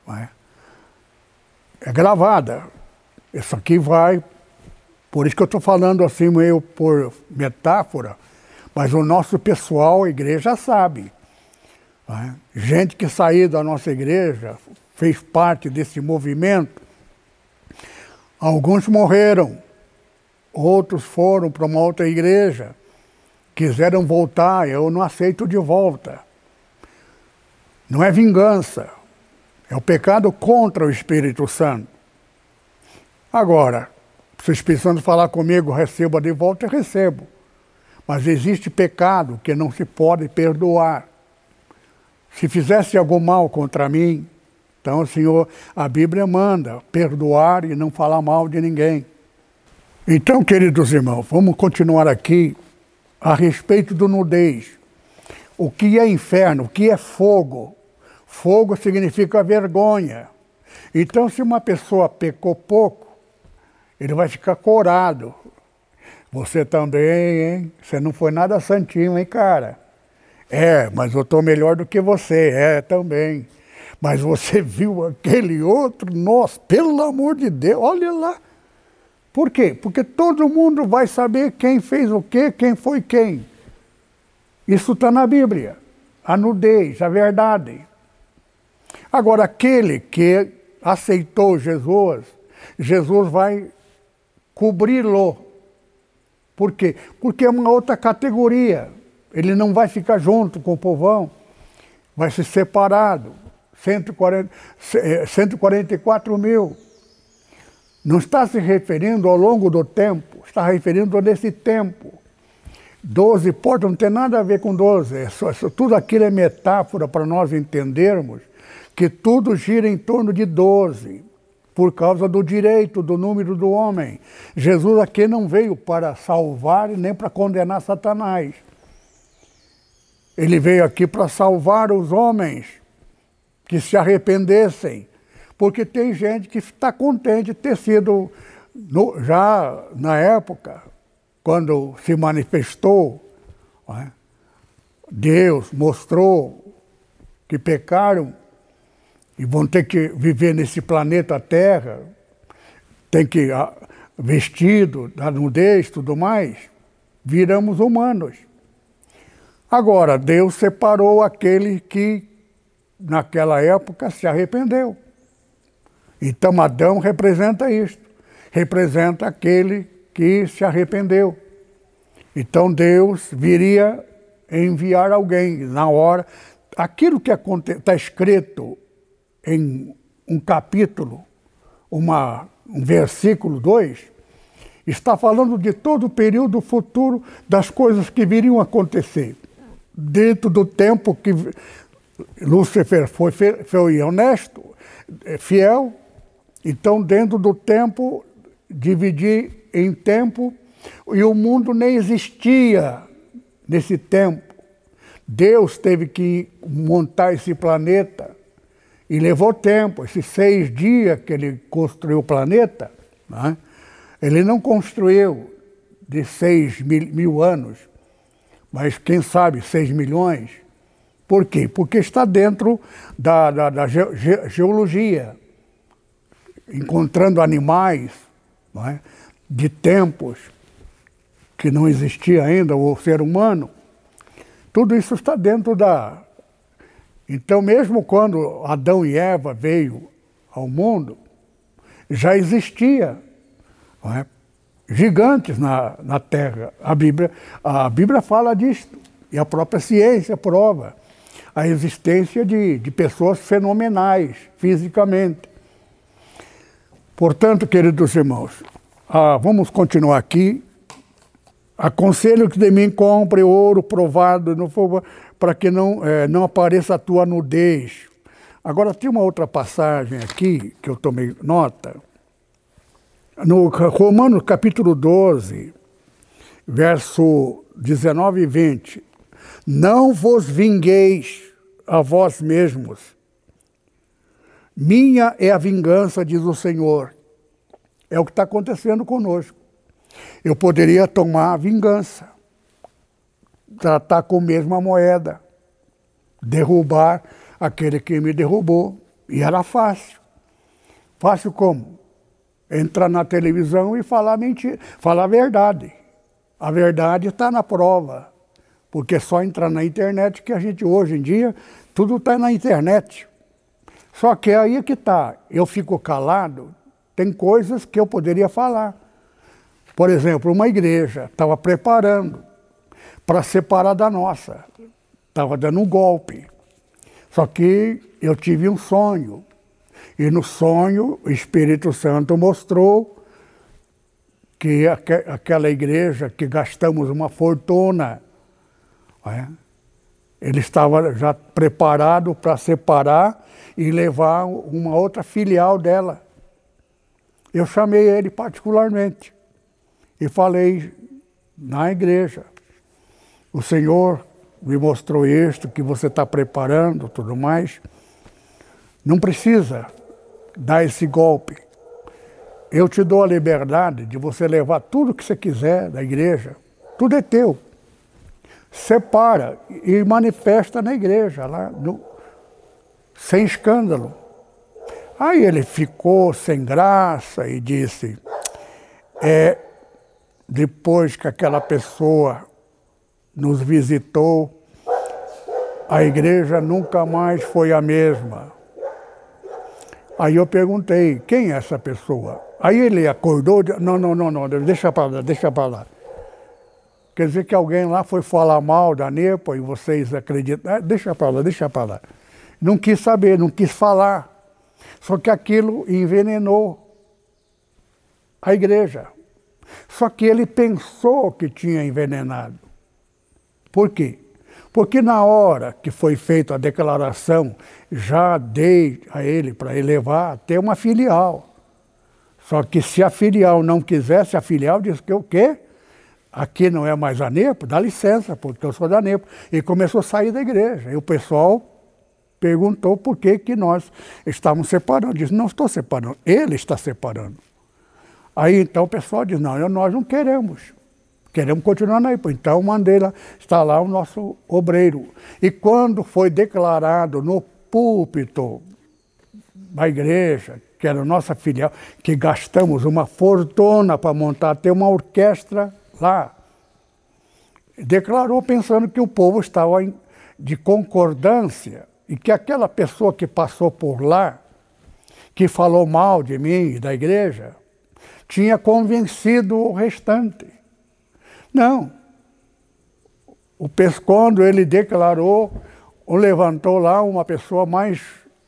é gravada. Isso aqui vai... Por isso que eu estou falando assim meio por metáfora, mas o nosso pessoal, a igreja sabe. Né? Gente que saiu da nossa igreja, fez parte desse movimento, Alguns morreram, outros foram para uma outra igreja, quiseram voltar, eu não aceito de volta. Não é vingança, é o pecado contra o Espírito Santo. Agora, se o Espírito Santo falar comigo, receba de volta, eu recebo. Mas existe pecado que não se pode perdoar. Se fizesse algum mal contra mim, então, Senhor, a Bíblia manda perdoar e não falar mal de ninguém. Então, queridos irmãos, vamos continuar aqui a respeito do nudez. O que é inferno? O que é fogo? Fogo significa vergonha. Então, se uma pessoa pecou pouco, ele vai ficar corado. Você também, hein? Você não foi nada santinho, hein, cara? É, mas eu estou melhor do que você. É, também. Mas você viu aquele outro? Nossa, pelo amor de Deus, olha lá. Por quê? Porque todo mundo vai saber quem fez o quê, quem foi quem. Isso está na Bíblia. A nudez, a verdade. Agora, aquele que aceitou Jesus, Jesus vai cobri-lo. Por quê? Porque é uma outra categoria. Ele não vai ficar junto com o povão, vai ser separado. 144 mil. Não está se referindo ao longo do tempo, está referindo nesse tempo. 12 portas não tem nada a ver com 12. Tudo aquilo é metáfora para nós entendermos que tudo gira em torno de 12, por causa do direito, do número do homem. Jesus aqui não veio para salvar e nem para condenar Satanás. Ele veio aqui para salvar os homens que se arrependessem, porque tem gente que está contente de ter sido, já na época, quando se manifestou, não é? Deus mostrou que pecaram e vão ter que viver nesse planeta Terra, tem que vestido, da nudez, tudo mais, viramos humanos. Agora, Deus separou aquele que naquela época se arrependeu. Então Adão representa isto, representa aquele que se arrependeu. Então Deus viria enviar alguém na hora. Aquilo que está escrito em um capítulo, um versículo 2, está falando de todo o período futuro das coisas que viriam a acontecer. Dentro do tempo que Lúcifer foi honesto, fiel, então dentro do tempo, dividir em tempo, e o mundo nem existia nesse tempo. Deus teve que montar esse planeta e levou tempo. Esses 6 dias que ele construiu o planeta, né? Ele não construiu de 6 mil anos, mas quem sabe 6 milhões. Por quê? Porque está dentro da geologia, encontrando animais, não é? De tempos que não existia ainda o ser humano. Tudo isso está dentro da... Então, mesmo quando Adão e Eva veio ao mundo, já existia, não é? Gigantes na Terra. A Bíblia fala disso, e a própria ciência prova a existência de pessoas fenomenais, fisicamente. Portanto, queridos irmãos, vamos continuar aqui. Aconselho que de mim compre ouro provado no fogo, para que não apareça a tua nudez. Agora, tem uma outra passagem aqui, que eu tomei nota. No Romanos capítulo 12, verso 19 e 20. Não vos vingueis a vós mesmos. Minha é a vingança, diz o Senhor. É o que está acontecendo conosco. Eu poderia tomar a vingança, tratar com a mesma moeda, derrubar aquele que me derrubou. E era fácil. Fácil como? Entrar na televisão e falar mentira, falar a verdade. A verdade está na prova, porque é só entrar na internet que a gente, hoje em dia, tudo está na internet. Só que aí é que está, eu fico calado, Tem coisas que eu poderia falar. Por exemplo, uma igreja estava preparando para separar da nossa. Estava dando um golpe. Só que eu tive um sonho. E no sonho, o Espírito Santo mostrou que aquela igreja que gastamos uma fortuna, ele estava já preparado para separar e levar uma outra filial dela. Eu chamei ele particularmente e falei na igreja: o Senhor me mostrou isto, que você está preparando, tudo mais. Não precisa dar esse golpe. Eu te dou a liberdade de você levar tudo que você quiser da igreja. Tudo é teu. Separa e manifesta na igreja, lá, sem escândalo. Aí ele ficou sem graça e disse: depois que aquela pessoa nos visitou, a igreja nunca mais foi a mesma. Aí eu perguntei: quem é essa pessoa? Aí ele acordou, não, deixa para lá. Quer dizer que alguém lá foi falar mal da NEPA e vocês acreditam? Deixa para lá. Não quis saber, não quis falar. Só que aquilo envenenou a igreja. Só que ele pensou que tinha envenenado. Por quê? Porque na hora que foi feita a declaração, já dei a ele para ele levar até uma filial. Só que se a filial não quisesse, a filial disse que o quê? Aqui não é mais a NEPO, dá licença, porque eu sou da NEPO. E começou a sair da igreja. E o pessoal perguntou por que nós estávamos separando. Disse: não estou separando, ele está separando. Aí então o pessoal diz: não, nós não queremos. Queremos continuar na NEPO. Então mandei lá, está lá o nosso obreiro. E quando foi declarado no púlpito da igreja, que era a nossa filial, que gastamos uma fortuna para montar até uma orquestra lá, declarou pensando que o povo estava de concordância e que aquela pessoa que passou por lá, que falou mal de mim e da igreja, tinha convencido o restante. Não. Quando ele declarou, levantou lá uma pessoa mais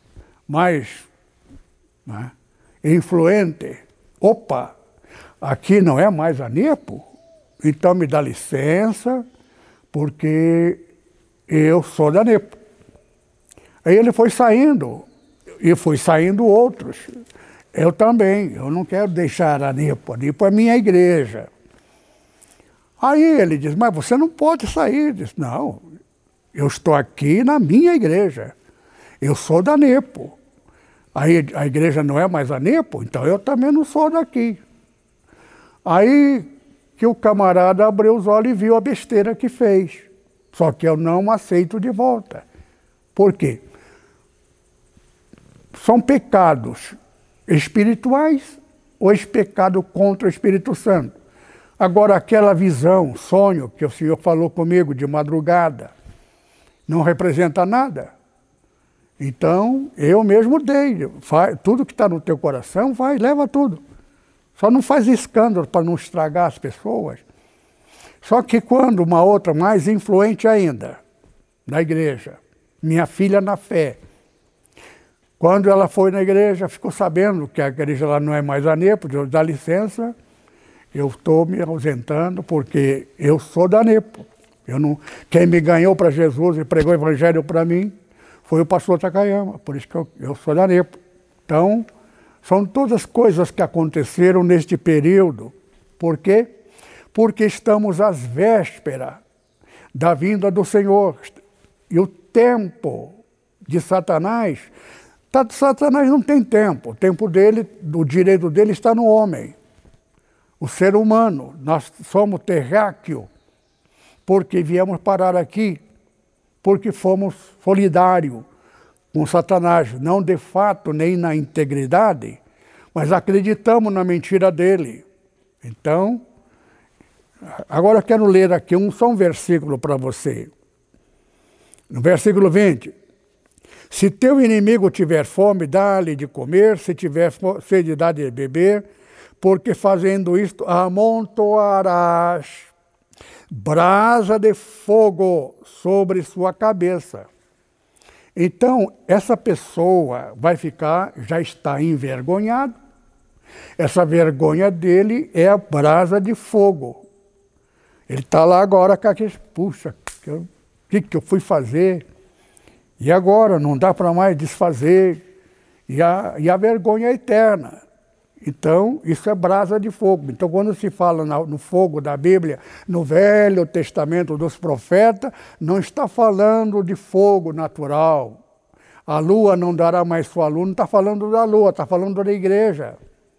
influente. Opa, aqui não é mais a NEPO? Então me dá licença, porque eu sou da NEPO. Aí ele foi saindo, e foi saindo outros. Eu também, eu não quero deixar a NEPO é minha igreja. Aí ele diz: mas você não pode sair. Eu disse: não, eu estou aqui na minha igreja, eu sou da NEPO. Aí a igreja não é mais a NEPO, então eu também não sou daqui. Aí que o camarada abriu os olhos e viu a besteira que fez. Só que eu não aceito de volta. Por quê? São pecados espirituais ou esse pecado contra o Espírito Santo? Agora, aquela visão, sonho que o Senhor falou comigo de madrugada, não representa nada. Então, eu mesmo dei. Tudo que está no teu coração, vai, leva tudo. Só não faz escândalo para não estragar as pessoas. Só que quando uma outra mais influente ainda, na igreja, minha filha na fé, quando ela foi na igreja, ficou sabendo que a igreja lá não é mais a NEPO, dá licença, eu estou me ausentando porque eu sou da NEPO. Quem me ganhou para Jesus e pregou o evangelho para mim foi o pastor Takayama, por isso que eu sou da NEPO. Então, são todas coisas que aconteceram neste período. Por quê? Porque estamos às vésperas da vinda do Senhor. E o tempo de Satanás, Satanás não tem tempo. O tempo dele, o direito dele está no homem. O ser humano, nós somos terráqueo, porque viemos parar aqui, porque fomos solidários com Satanás, não de fato nem na integridade, mas acreditamos na mentira dele. Então, agora eu quero ler aqui só um versículo para você. No versículo 20. Se teu inimigo tiver fome, dá-lhe de comer, se tiver sede, dá-lhe de beber, porque fazendo isto amontoarás brasa de fogo sobre sua cabeça. Então, essa pessoa vai ficar, já está envergonhado. Essa vergonha dele é a brasa de fogo. Ele está lá agora com aquele, puxa, o que eu fui fazer? E agora? Não dá para mais desfazer. E a vergonha é eterna. Então, isso é brasa de fogo. Então, quando se fala no fogo da Bíblia, no Velho Testamento dos profetas, não está falando de fogo natural. A lua não dará mais sua luz, não está falando da lua, está falando da igreja.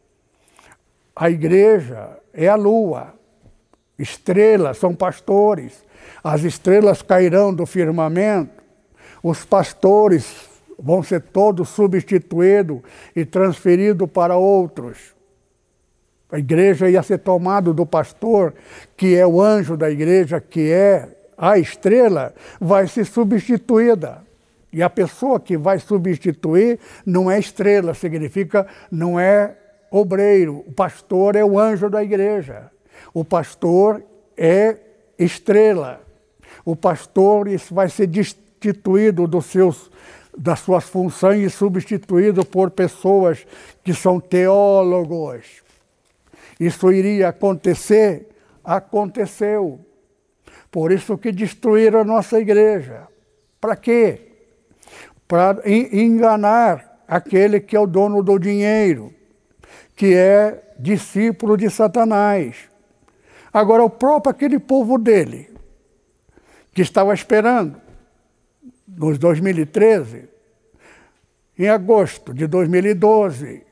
A igreja é a lua. Estrelas são pastores. As estrelas cairão do firmamento. Os pastores vão ser todos substituídos e transferidos para outros. A igreja ia ser tomada do pastor, que é o anjo da igreja, que é a estrela, vai ser substituída. E a pessoa que vai substituir não é estrela, significa não é obreiro. O pastor é o anjo da igreja. O pastor é estrela. O pastor vai ser destituído das suas funções e substituído por pessoas que são teólogos. Isso iria acontecer? Aconteceu. Por isso que destruíram a nossa igreja. Para quê? Para enganar aquele que é o dono do dinheiro, que é discípulo de Satanás. Agora, o próprio aquele povo dele, que estava esperando, nos 2013, em agosto de 2012,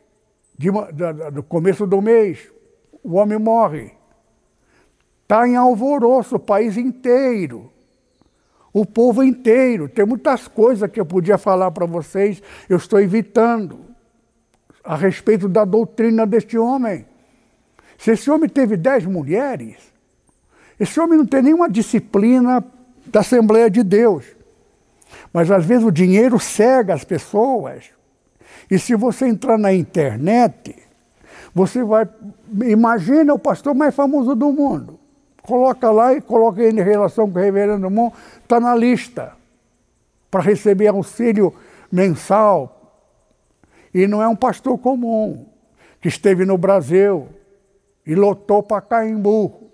do começo do mês, o homem morre. Está em alvoroço o país inteiro, o povo inteiro. Tem muitas coisas que eu podia falar para vocês, eu estou evitando, a respeito da doutrina deste homem. Se esse homem teve 10 mulheres, esse homem não tem nenhuma disciplina da Assembleia de Deus. Mas às vezes o dinheiro cega as pessoas. E se você entrar na internet, você vai... Imagina o pastor mais famoso do mundo. Coloca lá e coloca ele em relação com o reverendo Mon, está na lista para receber auxílio mensal. E não é um pastor comum, que esteve no Brasil e lotou Pacaembu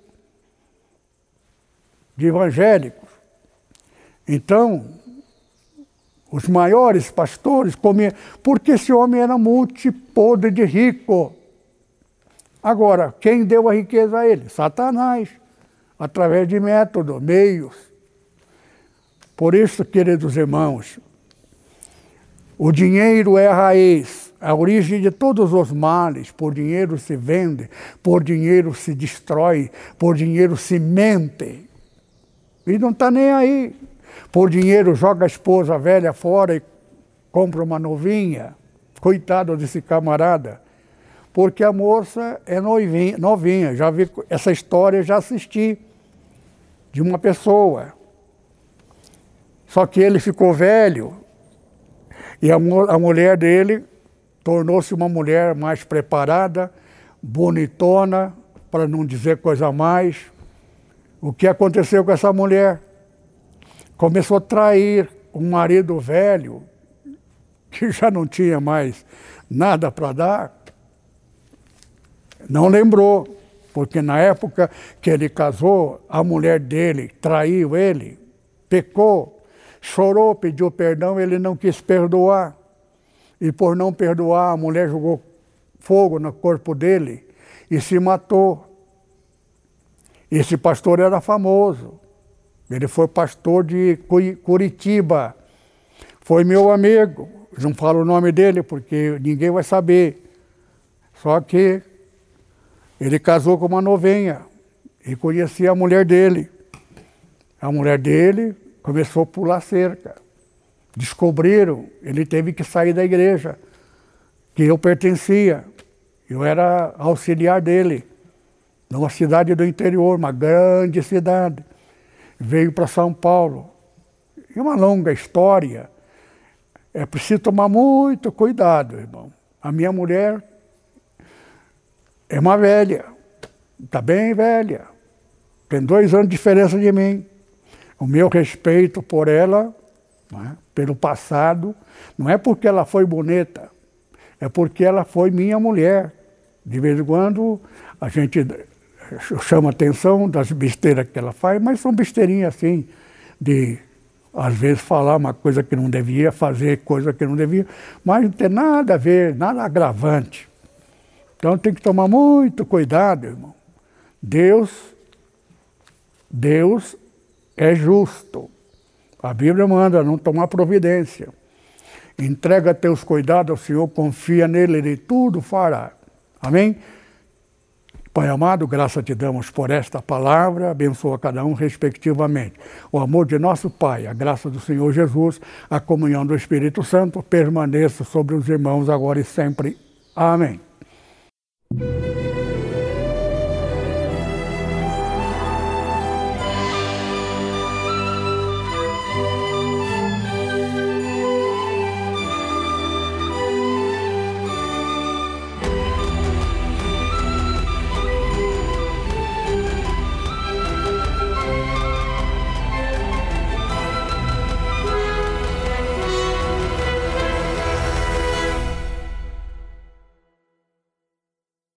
de evangélicos. Então, os maiores pastores comiam, porque esse homem era multipodre de rico. Agora, quem deu a riqueza a ele? Satanás, através de métodos, meios. Por isso, queridos irmãos, o dinheiro é a raiz, a origem de todos os males. Por dinheiro se vende, por dinheiro se destrói, por dinheiro se mente. E não está nem aí. Por dinheiro joga a esposa velha fora e compra uma novinha. Coitado desse camarada. Porque a moça é novinha. Já vi essa história, já assisti. De uma pessoa. Só que ele ficou velho. E a mulher dele tornou-se uma mulher mais preparada, bonitona, para não dizer coisa mais. O que aconteceu com essa mulher? Começou a trair um marido velho, que já não tinha mais nada para dar. Não lembrou, porque na época que ele casou, a mulher dele traiu ele, pecou, chorou, pediu perdão, ele não quis perdoar. E por não perdoar, a mulher jogou fogo no corpo dele e se matou. Esse pastor era famoso. Ele foi pastor de Curitiba. Foi meu amigo. Não falo o nome dele porque ninguém vai saber. Só que ele casou com uma novinha e conhecia a mulher dele. A mulher dele começou a pular cerca. Descobriram, ele teve que sair da igreja, que eu pertencia. Eu era auxiliar dele, numa cidade do interior, uma grande cidade. Veio para São Paulo. É uma longa história. É preciso tomar muito cuidado, irmão. A minha mulher é uma velha, está bem velha. Tem 2 anos de diferença de mim. O meu respeito por ela, não é? Pelo passado, não é porque ela foi bonita, é porque ela foi minha mulher. De vez em quando a gente chama atenção das besteiras que ela faz, mas são besteirinhas assim, de às vezes falar uma coisa que não devia, fazer coisa que não devia, mas não tem nada a ver, nada agravante. Então tem que tomar muito cuidado, irmão. Deus é justo. A Bíblia manda não tomar providência. Entrega teus cuidados ao Senhor, confia nele, ele tudo fará. Amém? Pai amado, graça te damos por esta palavra, abençoa cada um respectivamente. O amor de nosso Pai, a graça do Senhor Jesus, a comunhão do Espírito Santo permaneça sobre os irmãos agora e sempre. Amém.